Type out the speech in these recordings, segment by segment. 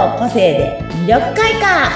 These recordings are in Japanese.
の個性で魅力開花。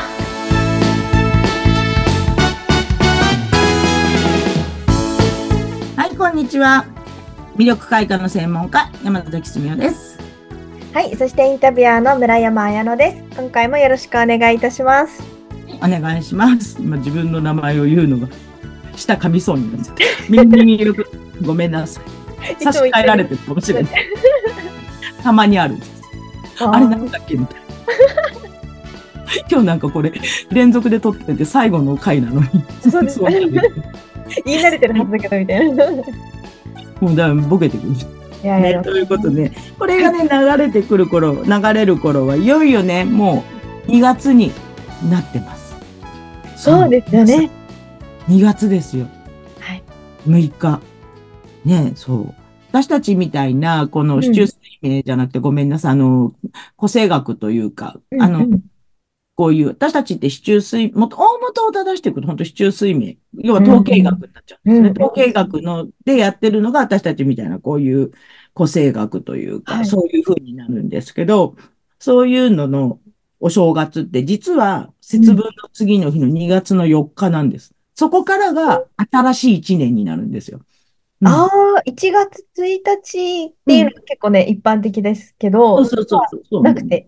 はい、こんにちは。魅力開花の専門家、山崎すみおです。 はい、そしてインタビュアーの村山彩乃です。今回もよろしくお願いいたします。 お願いします。今自分の名前を言うのが舌噛みそうになって、耳によくごめんなさい。差し替えられてるかもしれない。たまにあるんです。あれなんだっけみたいな。今日なんかこれ連続で撮ってて最後の回なのに。 そうですね。言い慣れてるはずだけどみたいな。 もうだボケてくる。ね、ということで、これがね、流れる頃はいよいよね、もう2月になってます。 そうですよね。 2月ですよ。 はい。 6日。ね、そう。私たちみたいな、この市中水明じゃなくて、ごめんなさい、個性学というか、こういう、私たちって市中水、大元を正していくと、本当市中水明。要は統計学になっちゃうんですね。統計学でやってるのが私たちみたいな、こういう個性学というか、そういう風になるんですけど、そういうののお正月って実は節分の次の日の2月の4日なんです。そこからが新しい1年になるんですよ。 ああ、1月1日っていうのが結構ね、一般的ですけど、 そうなくて。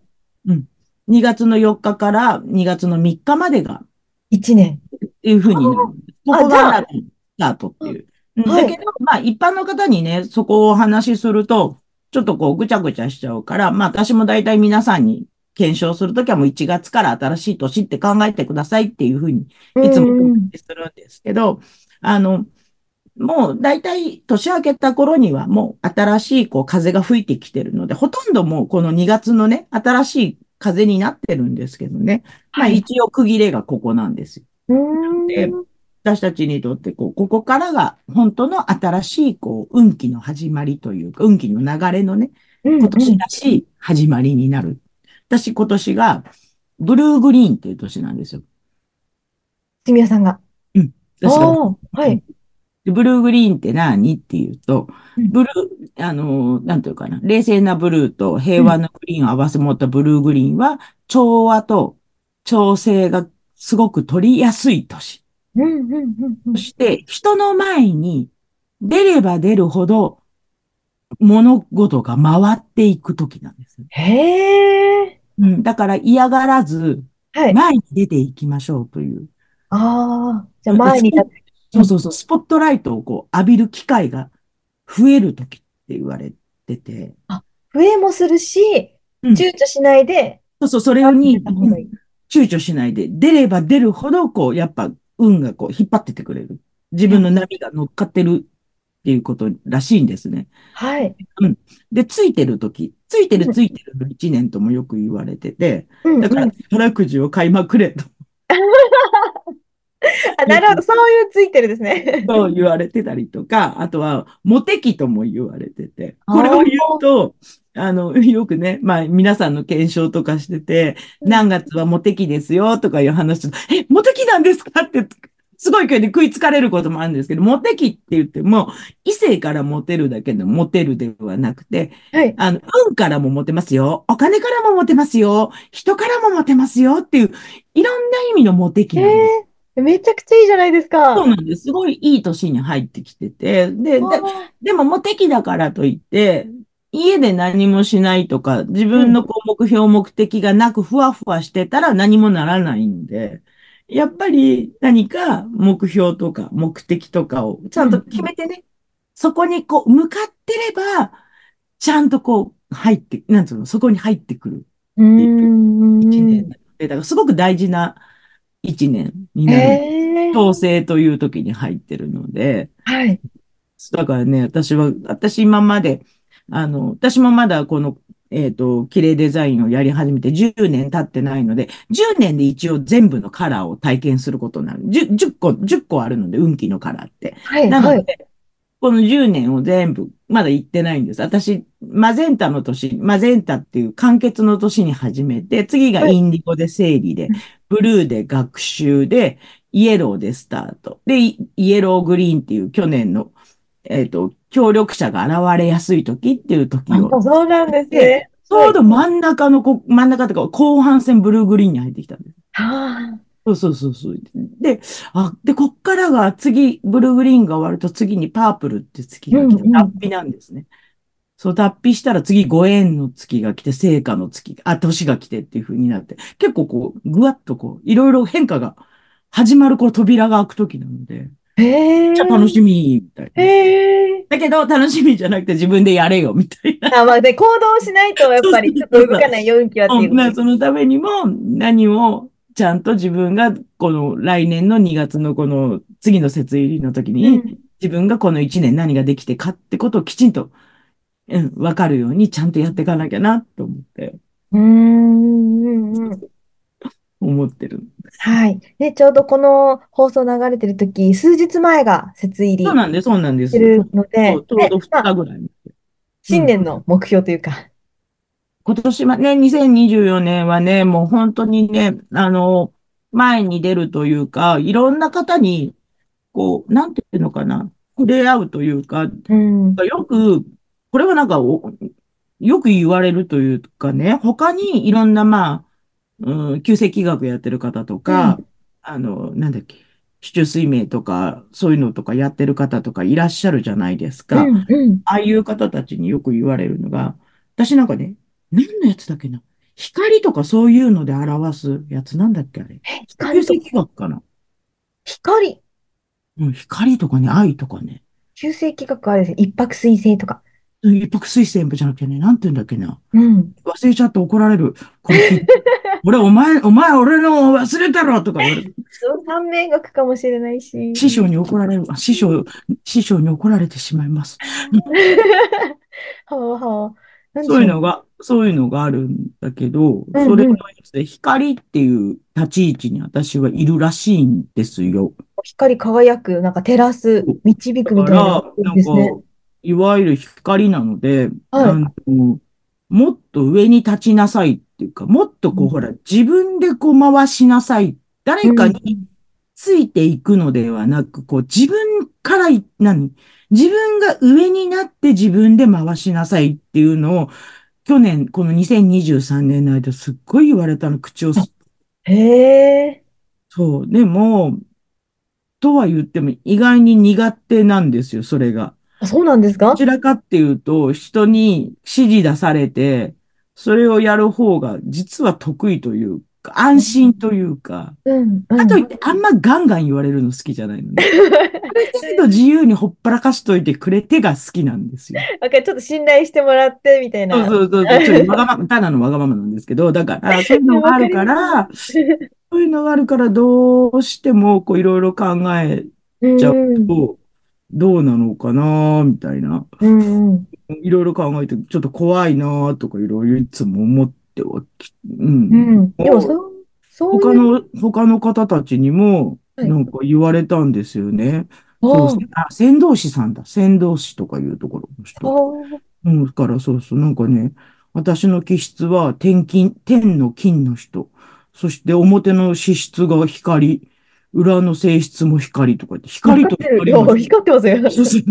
2月の4日から2月の3日までが 1年。 っていうふうになる。ここがスタートっていう。だけど、まあ一般の方にね、そこをお話しすると、ちょっとこうぐちゃぐちゃしちゃうから、まあ私も大体皆さんに検証するときはもう1月から新しい年って考えてくださいっていうふうにいつもお話しするんですけど、もう大体年明けた頃にはもう新しいこう風が吹いてきてるので、ほとんどもうこの2月のね、新しい風になってるんですけどね。まあ一応区切れがここなんですよ。で、私たちにとってここからが本当の新しいこう運気の始まりというか、運気の流れのね、今年らしい始まりになる。私今年がブルーグリーンっていう年なんですよ。 すみおさんが。 うん。私がブルーグリーンって何っていうと、ブルー、なんていうかな、冷静なブルーと平和なグリーンを合わせ持ったブルーグリーンは、調和と調整がすごく取りやすい年。そして、人の前に出れば出るほど物事が回っていく時なんです。 へえ。 だから嫌がらず、前に出ていきましょうという。 ああ、じゃあ前に立つ。 スポットライトをこう浴びる機会が増えるときって言われてて。 あ、増えもするし、躊躇しないで、 それに、躊躇しないで、出れば出るほど、こう、やっぱ、運がこう、引っ張っててくれる。自分の波が乗っかってるっていうことらしいんですね。で、ついてる一年ともよく言われてて、だから、宝くじを買いまくれと。 なるほど、そういうついてるですね。 そう言われてたりとか、あとは、モテ期とも言われてて、これを言うと、よくね、まあ、皆さんの検証とかしてて、何月はモテ期ですよとかいう話と、モテ期なんですかって、すごい勢いで食いつかれることもあるんですけど、モテ期って言っても、異性からモテるだけでモテるではなくて、運からもモテますよ、お金からもモテますよ、人からもモテますよっていう、いろんな意味のモテ期なんです。 めちゃくちゃいいじゃないですか。 そうなんです。すごいいい年に入ってきてて、でもモテ期だからといって、家で何もしないとか、自分のこう目標、目的がなくふわふわしてたら何もならないんで、やっぱり何か目標とか目的とかをちゃんと決めてね、そこにこう向かってれば、ちゃんとこう入って、なんつうの、そこに入ってくるっていう一年なので、だからすごく大事な一年になる。調整という時に入ってるので、だからね、私今まで、私もまだこの、綺麗デザインをやり始めて10年経ってないので、10年で一応全部のカラーを体験することになる。10個あるので、運気のカラーって。なので、この10年を全部、まだ行ってないんです。私、マゼンタの年、マゼンタっていう完結の年に始めて、次がインディゴで整理で、ブルーで学習で、イエローでスタート。で、イエローグリーンっていう去年の協力者が現れやすい時っていう時を。 そうなんですね。 ちょうど真ん中とか後半戦ブルーグリーンに入ってきたんです。 はあ。 そう。で、こっからが次、ブルーグリーンが終わると次にパープルって月うんが来て、 うん。 脱皮なんですね。そう、脱皮したら次、ご縁の月が来て、生花の月、年が来てっていう風になって、結構こう、ぐわっとこう、いろいろ変化が始まる、こう、扉が開く時なので、めっへちゃ楽しえ。 み、みたいへな。 え。 だけど、楽しみじゃなくて自分でやれよ、みたいな。 あ、まあ、で、行動しないと、やっそうそうぱり、ちょっとそうそう。 動かない雰囲気はっていうことです。 そのためにも、何を、ちゃんと自分が、この来年の2月のこの次の節入りの時に、 うん。 自分がこの1年何ができてかってことをきちんと、わかるようにちゃんとやっていかなきゃなと思って、 うーん。うんうん。 思ってる。 はい。で、ちょうどこの放送流れてる時、数日前が節入りそうなんでしてす。 るので、 そう、ちょうどで、 2 まあ、 日ぐらい。う新ん。 年の目標というか、 今年はね、2024年はね、もう本当にね、前に出るというか、いろんな方に、こう、なんていうのかな、触れ合うというか、 うん。 よく、これはなんかよく言われるというかね、他にいろんな、急性気学やってる方とうん。 か、なんだっけ、市中水明とか、そういうのとかやってる方とかいらっしゃるじゃないですか。 うん。うん。 ああいう方たちによく言われるのが、私なんかね、何のやつだっけな。光とかそういうので表すやつなんだっけ、あれ。急光と性気学かな。 光、 うん、光とかね、愛とかね。 旧世紀学あるですね。一泊水星とか。 一泊水星じゃなくてね、なんて言うんだっけな。 うん。 忘れちゃって怒られる。これ聞いて。俺の忘れたろとか言われる。 三名学かもしれないし。 師匠に怒られる。師匠に怒られてしまいます。 はあはあ。なんでしょうね。 そういうのがあるんだけど、それのうんうん。 ですね、光っていう立ち位置に私はいるらしいんですよ。 光り輝く、なんか照らす、導だくみたいなから、なんか、 ですね。 いわゆる光なので、 はい。 もっと上に立ちなさいっていうか、もっとこう、ほら、自分でこう回しなさい。 う誰かにん。 ついていくのではなく、こう、自分から自分が上になって自分で回しなさいっていうのを、去年、この2023年の間、すっごい言われたの、口をあ、 す、 へえ。 そう。でも、とは言っても意外に苦手なんですよ、それが。 あ、そうなんですか？ どちらかっていうと、人に指示出されて、それをやる方が実は得意というか、安心というか、 うんうん。 かといってあんまガンガン言われるの好きじゃないのね。ある程度自由にほっぱらかしといてくれてが好きなんですよ。 ちょっと信頼してもらってみたいな。 ちょっとわがまま、ただのわがままなんですけど、だから、そういうのがあるわかります。 から、そういうのがあるから、どうしても、こう、いろいろ考えうんちゃううん。 と、どうなのかな、みたいな。 うんうん。 いろいろ考えて、ちょっと怖いな、とか、いろいろいつも思ってはううん。 ん。でも、そういう、 他の方たちにも、 はい。 なんか言われたんですよね。そう、 あ仙道士さんだ。仙道士とかいうところのあ、 人と。 あうん、だからなんかね、私の気質は天の金の人。そして表の資質が光、裏の性質も光とか言って、 あ、 光と光ってる。いや、 光の人。 光ってますよ。 そうそう。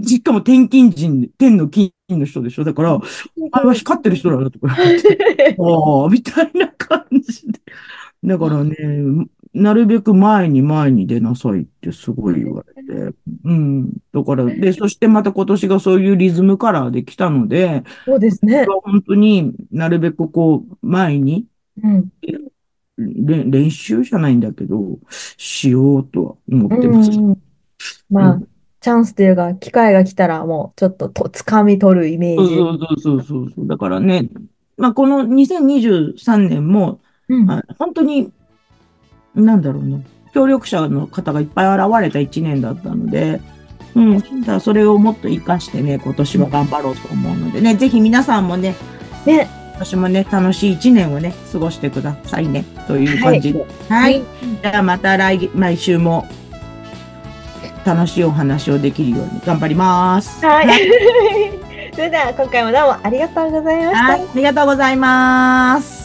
しかも天の金の人でしょ。だから、お前は光ってる人だなとか言われて、ああ、みたいな感じで。だからね、なるべく前に出なさいってすごい言われて。うん。だから、そしてまた今年がそういうリズムカラーで来たので、 そうですね。 本当になるべくこう、前に、 うん。 練習じゃないんだけど、しようとは思っうてます。 ん。まあ、 うん。 チャンスというか、機会が来たら、もう、ちょっと掴み取るイメージ。 そう。だからね、この2023年も、 うん。 本当になんだろうな、協力者の方がいっぱい現れた1年だったので、うん、だからそれをもっと活かしてね、今年は頑張ろうと思うのでね、ぜひ皆さんもね、 ね。 今年もね、楽しい1年をね、過ごしてくださいね、というはい。 感じで。はい。じゃあまた毎週も楽しいお話をできるように頑張ります。 はい。 はい。 それでは、今回もどうもありがとうございました。 はい。ありがとうございます。